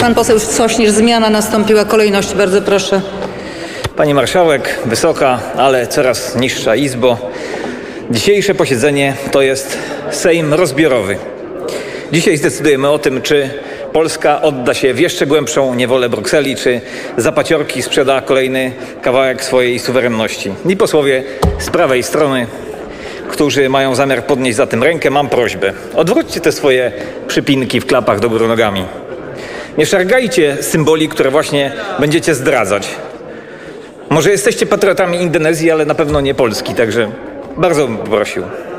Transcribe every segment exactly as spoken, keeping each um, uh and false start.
Pan poseł Sośnierz, zmiana nastąpiła, kolejność, bardzo proszę. Pani marszałek, wysoka, ale coraz niższa Izbo, dzisiejsze posiedzenie to jest Sejm rozbiorowy. Dzisiaj zdecydujemy o tym, czy Polska odda się w jeszcze głębszą niewolę Brukseli, czy za paciorki sprzeda kolejny kawałek swojej suwerenności. I posłowie z prawej strony, którzy mają zamiar podnieść za tym rękę, mam prośbę. Odwróćcie te swoje przypinki w klapach do góry nogami. Nie szargajcie symboli, które właśnie będziecie zdradzać. Może jesteście patriotami Indonezji, ale na pewno nie Polski, także bardzo bym prosił.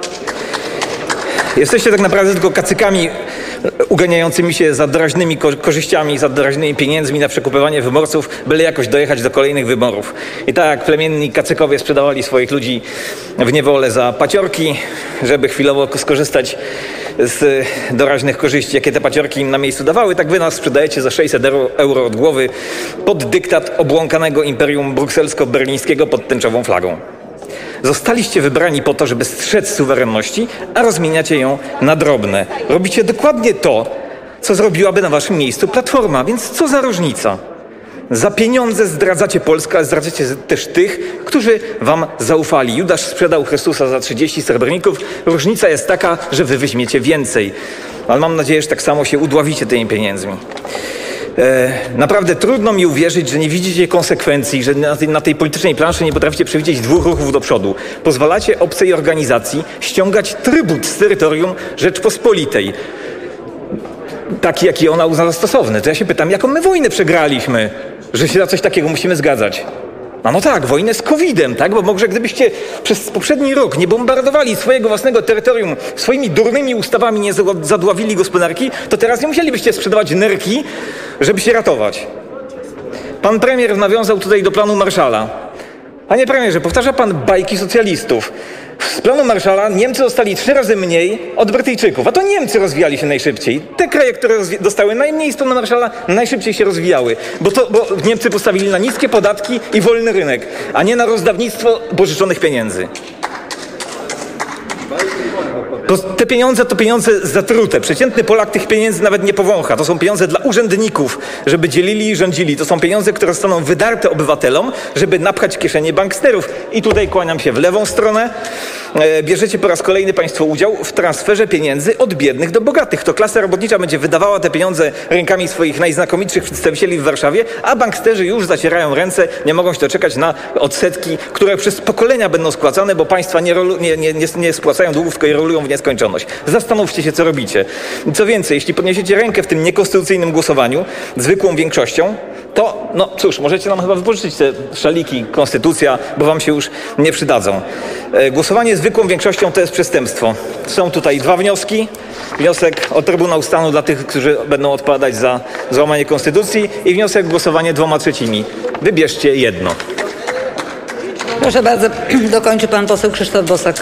Jesteście tak naprawdę tylko kacykami uganiającymi się za drażnymi korzyściami, za drażnymi pieniędzmi na przekupywanie wyborców, byle jakoś dojechać do kolejnych wyborów. I tak jak plemienni kacykowie sprzedawali swoich ludzi w niewolę za paciorki, żeby chwilowo skorzystać z doraźnych korzyści, jakie te paciorki im na miejscu dawały, tak wy nas sprzedajecie za sześćset euro od głowy pod dyktat obłąkanego imperium brukselsko-berlińskiego pod tęczową flagą. Zostaliście wybrani po to, żeby strzec suwerenności, a rozmieniacie ją na drobne. Robicie dokładnie to, co zrobiłaby na waszym miejscu Platforma, więc co za różnica? Za pieniądze zdradzacie Polskę, ale zdradzacie też tych, którzy wam zaufali. Judasz sprzedał Chrystusa za trzydzieści srebrników. Różnica jest taka, że wy weźmiecie więcej. Ale mam nadzieję, że tak samo się udławicie tymi pieniędzmi. E, naprawdę trudno mi uwierzyć, że nie widzicie konsekwencji, że na tej, na tej politycznej planszy nie potraficie przewidzieć dwóch ruchów do przodu. Pozwalacie obcej organizacji ściągać trybut z terytorium Rzeczpospolitej. Taki, jaki ona uzna za stosowny. To ja się pytam, jaką my wojnę przegraliśmy, że się na coś takiego musimy zgadzać? No, no tak, wojnę z kowidem, tak? Bo może gdybyście przez poprzedni rok nie bombardowali swojego własnego terytorium, swoimi durnymi ustawami nie zadławili gospodarki, to teraz nie musielibyście sprzedawać nerki, żeby się ratować. Pan premier nawiązał tutaj do planu Marshalla. Panie premierze, powtarza pan bajki socjalistów. Z planu Marshalla Niemcy dostali trzy razy mniej od Brytyjczyków, a to Niemcy rozwijali się najszybciej. Te kraje, które dostały najmniej z planu Marshalla, najszybciej się rozwijały, bo, to, bo Niemcy postawili na niskie podatki i wolny rynek, a nie na rozdawnictwo pożyczonych pieniędzy. To te pieniądze to pieniądze zatrute. Przeciętny Polak tych pieniędzy nawet nie powącha. To są pieniądze dla urzędników, żeby dzielili i rządzili. To są pieniądze, które zostaną wydarte obywatelom, żeby napchać kieszenie banksterów. I tutaj kłaniam się w lewą stronę. E, bierzecie po raz kolejny państwo udział w transferze pieniędzy od biednych do bogatych. To klasa robotnicza będzie wydawała te pieniądze rękami swoich najznakomitszych przedstawicieli w Warszawie, a banksterzy już zacierają ręce, nie mogą się doczekać na odsetki, które przez pokolenia będą spłacane, bo państwa nie, rolu, nie, nie, nie, nie spłacają długów, tylko je rolują w nieskończoność. Zastanówcie się, co robicie. Co więcej, jeśli podniesiecie rękę w tym niekonstytucyjnym głosowaniu zwykłą większością, to no cóż, możecie nam chyba wypożyczyć te szaliki, konstytucja, bo wam się już nie przydadzą. E, głosowanie zwykłą większością to jest przestępstwo. Są tutaj dwa wnioski. Wniosek o Trybunał Stanu dla tych, którzy będą odpowiadać za złamanie konstytucji i wniosek głosowanie dwoma trzecimi. Wybierzcie jedno. Proszę bardzo, dokończy pan poseł Krzysztof Bosak.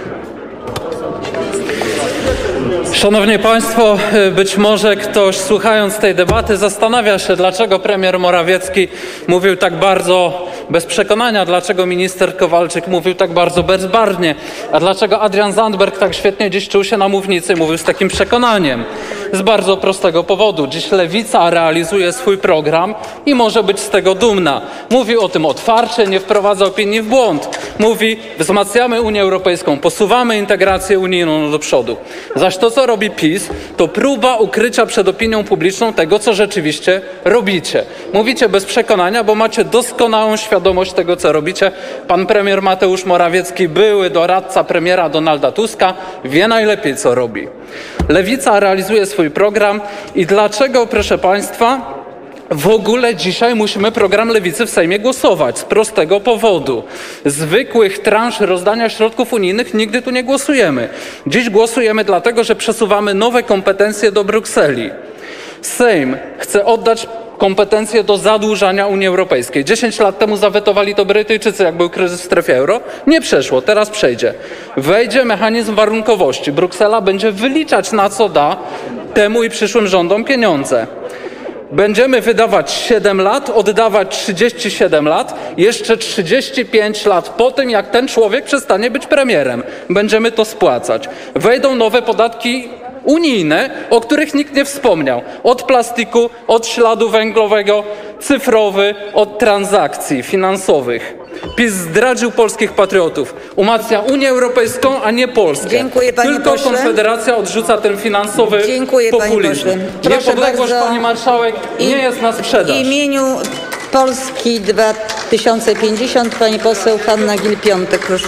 Szanowni Państwo, być może ktoś słuchając tej debaty zastanawia się, dlaczego premier Morawiecki mówił tak bardzo bez przekonania, dlaczego minister Kowalczyk mówił tak bardzo bezbarwnie, a dlaczego Adrian Zandberg tak świetnie dziś czuł się na mównicy i mówił z takim przekonaniem. Z bardzo prostego powodu. Dziś Lewica realizuje swój program i może być z tego dumna. Mówi o tym otwarcie, nie wprowadza opinii w błąd. Mówi, wzmacniamy Unię Europejską, posuwamy integrację unijną do przodu. Zaś to, co robi PiS, to próba ukrycia przed opinią publiczną tego, co rzeczywiście robicie. Mówicie bez przekonania, bo macie doskonałą świadomość tego, co robicie. Pan premier Mateusz Morawiecki, były doradca premiera Donalda Tuska, wie najlepiej, co robi. Lewica realizuje swój program i dlaczego, proszę Państwa, w ogóle dzisiaj musimy program Lewicy w Sejmie głosować? Z prostego powodu. Zwykłych transz rozdania środków unijnych nigdy tu nie głosujemy. Dziś głosujemy dlatego, że przesuwamy nowe kompetencje do Brukseli. Sejm chce oddać kompetencje do zadłużania Unii Europejskiej. dziesięć lat temu zawetowali to Brytyjczycy, jak był kryzys w strefie euro. Nie przeszło, teraz przejdzie. Wejdzie mechanizm warunkowości. Bruksela będzie wyliczać, na co da temu i przyszłym rządom pieniądze. Będziemy wydawać siedem lat, oddawać trzydzieści siedem lat, jeszcze trzydzieści pięć lat po tym, jak ten człowiek przestanie być premierem. Będziemy to spłacać. Wejdą nowe podatki unijne, o których nikt nie wspomniał. Od plastiku, od śladu węglowego, cyfrowy, od transakcji finansowych. PiS zdradził polskich patriotów. Umacnia Unię Europejską, a nie Polskę. Dziękuję, panie Tylko pośle. Konfederacja odrzuca ten finansowy Dziękuję, panie populizm. pośle. Proszę Niepodległość, bardzo. pani marszałek, I- nie jest na sprzedaż. W imieniu Polski dwa tysiące pięćdziesiąt pani poseł Hanna Gill-Piątek, proszę.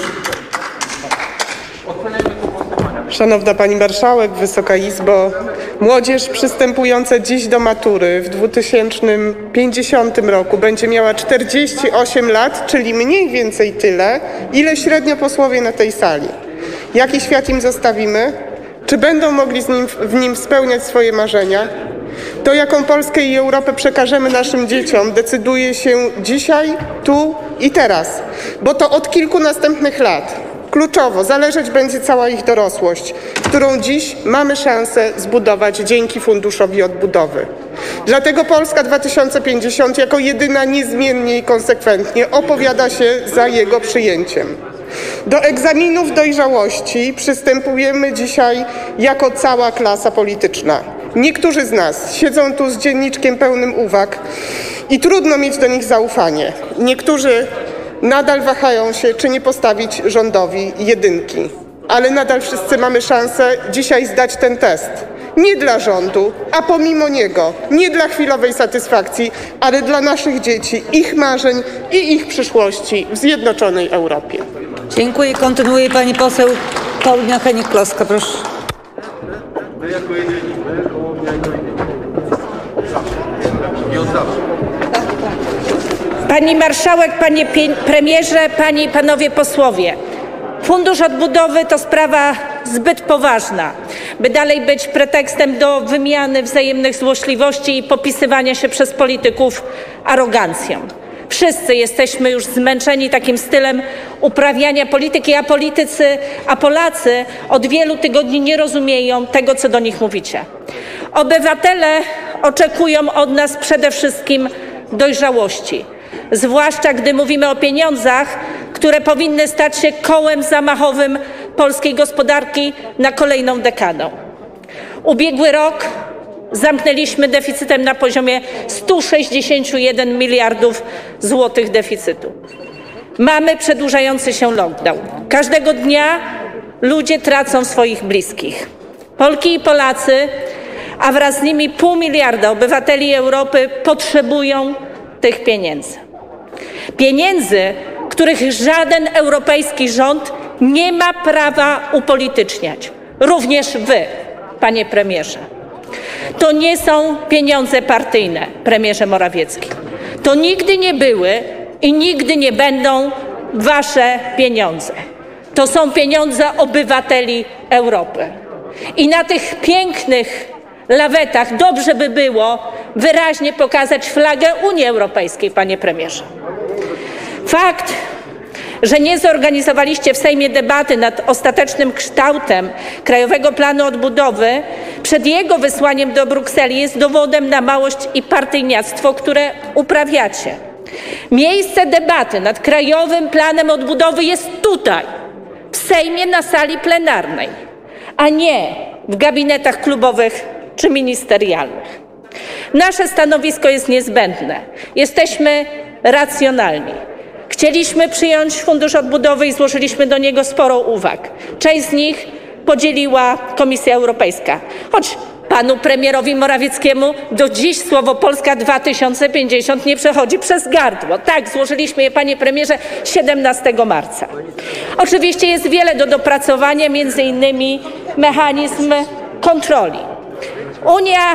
Szanowna Pani Marszałek, Wysoka Izbo, młodzież przystępująca dziś do matury w dwa tysiące pięćdziesiątym roku będzie miała czterdzieści osiem lat, czyli mniej więcej tyle, ile średnio posłowie na tej sali. Jaki świat im zostawimy? Czy będą mogli z nim, w nim spełniać swoje marzenia? To, jaką Polskę i Europę przekażemy naszym dzieciom, decyduje się dzisiaj, tu i teraz, bo to od kilku następnych lat kluczowo zależeć będzie cała ich dorosłość, którą dziś mamy szansę zbudować dzięki Funduszowi Odbudowy. Dlatego Polska dwa tysiące pięćdziesiąt jako jedyna niezmiennie i konsekwentnie opowiada się za jego przyjęciem. Do egzaminów dojrzałości przystępujemy dzisiaj jako cała klasa polityczna. Niektórzy z nas siedzą tu z dzienniczkiem pełnym uwag i trudno mieć do nich zaufanie. Niektórzy nadal wahają się, czy nie postawić rządowi jedynki. Ale nadal wszyscy mamy szansę dzisiaj zdać ten test. Nie dla rządu, a pomimo niego, nie dla chwilowej satysfakcji, ale dla naszych dzieci, ich marzeń i ich przyszłości w zjednoczonej Europie. Dziękuję. Kontynuuje pani poseł Paulina Hennig-Kloska, proszę. Pani marszałek, panie premierze, panie i panowie posłowie. Fundusz Odbudowy to sprawa zbyt poważna, by dalej być pretekstem do wymiany wzajemnych złośliwości i popisywania się przez polityków arogancją. Wszyscy jesteśmy już zmęczeni takim stylem uprawiania polityki, a politycy, a Polacy od wielu tygodni nie rozumieją tego, co do nich mówicie. Obywatele oczekują od nas przede wszystkim dojrzałości, zwłaszcza gdy mówimy o pieniądzach, które powinny stać się kołem zamachowym polskiej gospodarki na kolejną dekadę. Ubiegły rok zamknęliśmy deficytem na poziomie stu sześćdziesięciu jeden miliardów złotych deficytu. Mamy przedłużający się lockdown. Każdego dnia ludzie tracą swoich bliskich. Polki i Polacy, a wraz z nimi pół miliarda obywateli Europy potrzebują tych pieniędzy. Pieniędzy, których żaden europejski rząd nie ma prawa upolityczniać. Również wy, panie premierze. To nie są pieniądze partyjne, premierze Morawiecki. To nigdy nie były i nigdy nie będą wasze pieniądze. To są pieniądze obywateli Europy. I na tych pięknych lawetach dobrze by było wyraźnie pokazać flagę Unii Europejskiej, panie premierze. Fakt, że nie zorganizowaliście w Sejmie debaty nad ostatecznym kształtem Krajowego Planu Odbudowy przed jego wysłaniem do Brukseli jest dowodem na małość i partyjniactwo, które uprawiacie. Miejsce debaty nad Krajowym Planem Odbudowy jest tutaj, w Sejmie na sali plenarnej, a nie w gabinetach klubowych czy ministerialnych. Nasze stanowisko jest niezbędne. Jesteśmy racjonalni. Chcieliśmy przyjąć Fundusz Odbudowy i złożyliśmy do niego sporo uwag. Część z nich podzieliła Komisja Europejska. Choć panu premierowi Morawieckiemu do dziś słowo Polska dwa tysiące pięćdziesiąt nie przechodzi przez gardło. Tak, złożyliśmy je, panie premierze, siedemnastego marca. Oczywiście jest wiele do dopracowania, między innymi mechanizm kontroli. Unia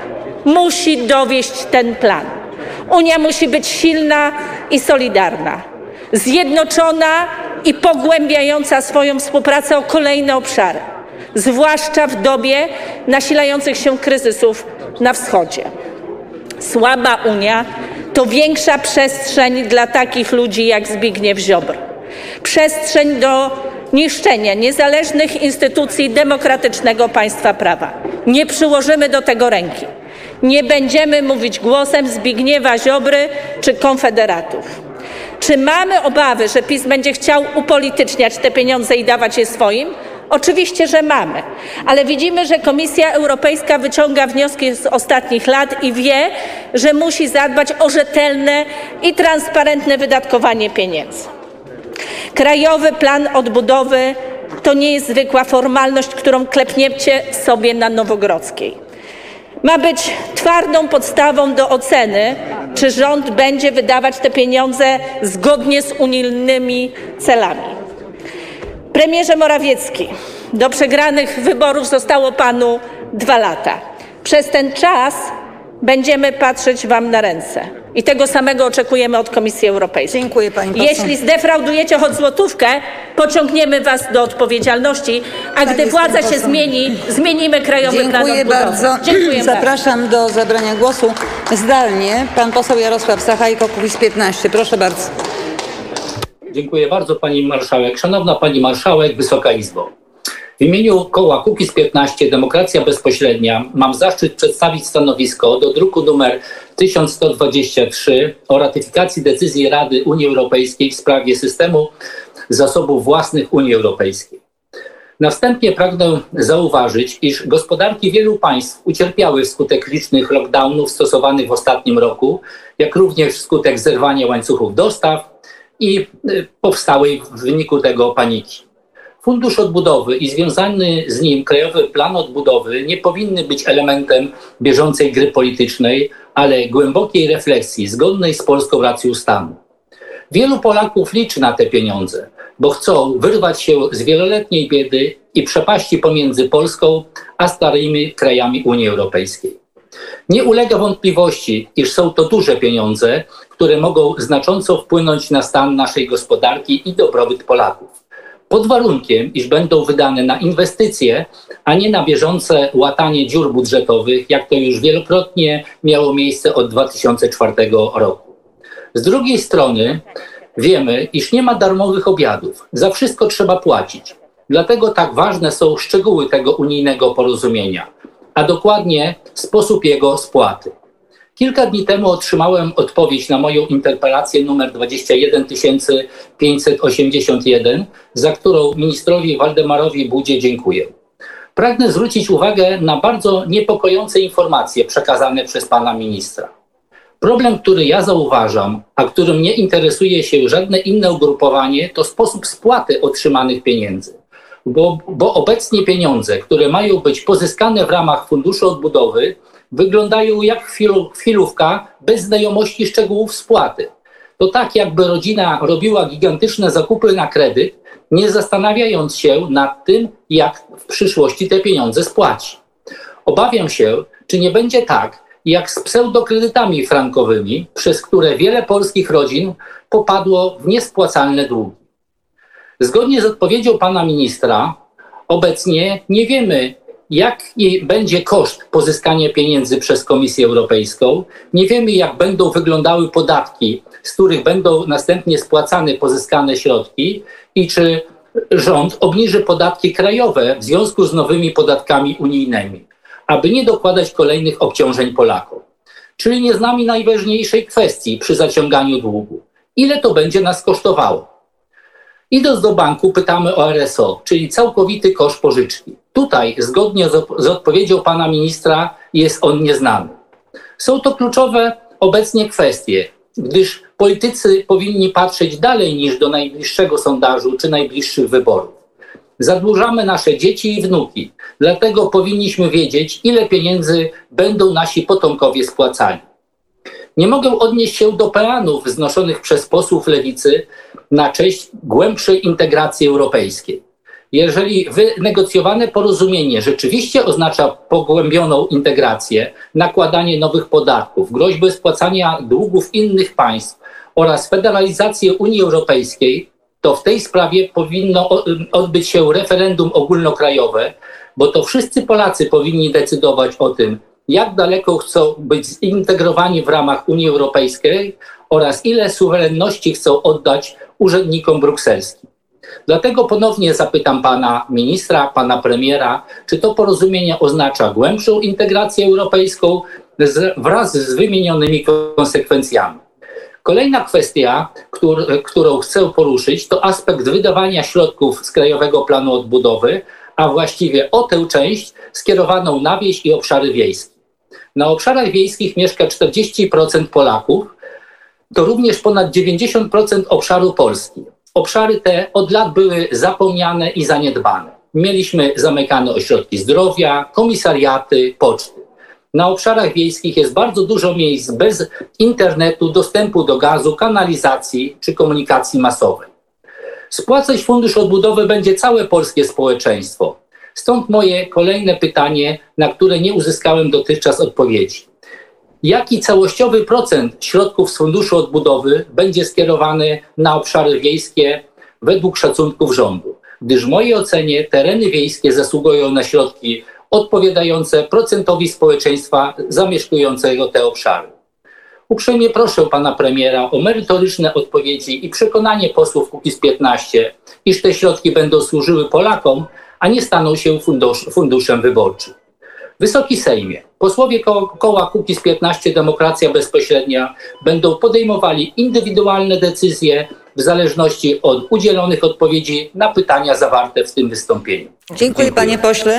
musi dowieść ten plan. Unia musi być silna i solidarna, zjednoczona i pogłębiająca swoją współpracę o kolejne obszary, zwłaszcza w dobie nasilających się kryzysów na wschodzie. Słaba Unia to większa przestrzeń dla takich ludzi jak Zbigniew Ziobro. Przestrzeń do niszczenia niezależnych instytucji demokratycznego państwa prawa. Nie przyłożymy do tego ręki. Nie będziemy mówić głosem Zbigniewa Ziobry czy konfederatów. Czy mamy obawy, że PiS będzie chciał upolityczniać te pieniądze i dawać je swoim? Oczywiście, że mamy, ale widzimy, że Komisja Europejska wyciąga wnioski z ostatnich lat i wie, że musi zadbać o rzetelne i transparentne wydatkowanie pieniędzy. Krajowy Plan Odbudowy to nie jest zwykła formalność, którą klepniecie sobie na Nowogrodzkiej. Ma być twardą podstawą do oceny, czy rząd będzie wydawać te pieniądze zgodnie z unijnymi celami. Premierze Morawiecki, do przegranych wyborów zostało panu dwa lata. Przez ten czas będziemy patrzeć wam na ręce. I tego samego oczekujemy od Komisji Europejskiej. Dziękuję, pani poseł. Jeśli zdefraudujecie choć złotówkę, pociągniemy was do odpowiedzialności, a Tak gdy jest, władza pani się poseł. zmieni, zmienimy Krajowy Plan Dziękuję Odbudowy. bardzo. Dziękuję bardzo. Zapraszam do zabrania głosu zdalnie pan poseł Jarosław Sachajko, Kukiz piętnaście. Proszę bardzo. Dziękuję bardzo pani marszałek. Szanowna pani marszałek, Wysoka Izbo. W imieniu koła Kukiz piętnaście Demokracja Bezpośrednia mam zaszczyt przedstawić stanowisko do druku nr tysiąc sto dwadzieścia trzy o ratyfikacji decyzji Rady Unii Europejskiej w sprawie systemu zasobów własnych Unii Europejskiej. Na wstępie pragnę zauważyć, iż gospodarki wielu państw ucierpiały wskutek licznych lockdownów stosowanych w ostatnim roku, jak również wskutek zerwania łańcuchów dostaw i powstałej w wyniku tego paniki. Fundusz Odbudowy i związany z nim Krajowy Plan Odbudowy nie powinny być elementem bieżącej gry politycznej, ale głębokiej refleksji zgodnej z polską racją stanu. Wielu Polaków liczy na te pieniądze, bo chcą wyrwać się z wieloletniej biedy i przepaści pomiędzy Polską a starymi krajami Unii Europejskiej. Nie ulega wątpliwości, iż są to duże pieniądze, które mogą znacząco wpłynąć na stan naszej gospodarki i dobrobyt Polaków. Pod warunkiem, iż będą wydane na inwestycje, a nie na bieżące łatanie dziur budżetowych, jak to już wielokrotnie miało miejsce od dwa tysiące czwartego roku. Z drugiej strony wiemy, iż nie ma darmowych obiadów. Za wszystko trzeba płacić. Dlatego tak ważne są szczegóły tego unijnego porozumienia, a dokładnie sposób jego spłaty. Kilka dni temu otrzymałem odpowiedź na moją interpelację nr dwadzieścia jeden tysięcy pięćset osiemdziesiąt jeden, za którą ministrowi Waldemarowi Budzie dziękuję. Pragnę zwrócić uwagę na bardzo niepokojące informacje przekazane przez pana ministra. Problem, który ja zauważam, a którym nie interesuje się żadne inne ugrupowanie, to sposób spłaty otrzymanych pieniędzy. Bo, bo obecnie pieniądze, które mają być pozyskane w ramach Funduszu Odbudowy, wyglądają jak chwilówka bez znajomości szczegółów spłaty. To tak, jakby rodzina robiła gigantyczne zakupy na kredyt, nie zastanawiając się nad tym, jak w przyszłości te pieniądze spłaci. Obawiam się, czy nie będzie tak, jak z pseudokredytami frankowymi, przez które wiele polskich rodzin popadło w niespłacalne długi. Zgodnie z odpowiedzią pana ministra, obecnie nie wiemy, jaki będzie koszt pozyskania pieniędzy przez Komisję Europejską. Nie wiemy, jak będą wyglądały podatki, z których będą następnie spłacane pozyskane środki i czy rząd obniży podatki krajowe w związku z nowymi podatkami unijnymi, aby nie dokładać kolejnych obciążeń Polakom. Czyli nie znamy najważniejszej kwestii przy zaciąganiu długu. Ile to będzie nas kosztowało? Idąc do banku, pytamy o R S O, czyli całkowity koszt pożyczki. Tutaj, zgodnie z, z odpowiedzią pana ministra, jest on nieznany. Są to kluczowe obecnie kwestie, gdyż politycy powinni patrzeć dalej niż do najbliższego sondażu czy najbliższych wyborów. Zadłużamy nasze dzieci i wnuki, dlatego powinniśmy wiedzieć, ile pieniędzy będą nasi potomkowie spłacali. Nie mogę odnieść się do peanów wznoszonych przez posłów Lewicy na cześć głębszej integracji europejskiej. Jeżeli wynegocjowane porozumienie rzeczywiście oznacza pogłębioną integrację, nakładanie nowych podatków, groźbę spłacania długów innych państw oraz federalizację Unii Europejskiej, to w tej sprawie powinno odbyć się referendum ogólnokrajowe, bo to wszyscy Polacy powinni decydować o tym, jak daleko chcą być zintegrowani w ramach Unii Europejskiej oraz ile suwerenności chcą oddać urzędnikom brukselskim. Dlatego ponownie zapytam pana ministra, pana premiera, czy to porozumienie oznacza głębszą integrację europejską z, wraz z wymienionymi konsekwencjami. Kolejna kwestia, któr, którą chcę poruszyć, to aspekt wydawania środków z Krajowego Planu Odbudowy, a właściwie o tę część skierowaną na wieś i obszary wiejskie. Na obszarach wiejskich mieszka czterdzieści procent Polaków, to również ponad dziewięćdziesiąt procent obszaru Polski. Obszary te od lat były zapomniane i zaniedbane. Mieliśmy zamykane ośrodki zdrowia, komisariaty, poczty. Na obszarach wiejskich jest bardzo dużo miejsc bez internetu, dostępu do gazu, kanalizacji czy komunikacji masowej. Spłacać Fundusz Odbudowy będzie całe polskie społeczeństwo. Stąd moje kolejne pytanie, na które nie uzyskałem dotychczas odpowiedzi. Jaki całościowy procent środków z Funduszu Odbudowy będzie skierowany na obszary wiejskie według szacunków rządu? Gdyż w mojej ocenie tereny wiejskie zasługują na środki odpowiadające procentowi społeczeństwa zamieszkującego te obszary. Uprzejmie proszę pana premiera o merytoryczne odpowiedzi i przekonanie posłów Kukiz piętnaście, iż te środki będą służyły Polakom, a nie staną się fundusz, funduszem wyborczym. Wysoki Sejmie, posłowie ko- koła Kukiz piętnaście Demokracja Bezpośrednia będą podejmowali indywidualne decyzje w zależności od udzielonych odpowiedzi na pytania zawarte w tym wystąpieniu. Dziękuję, panie pośle.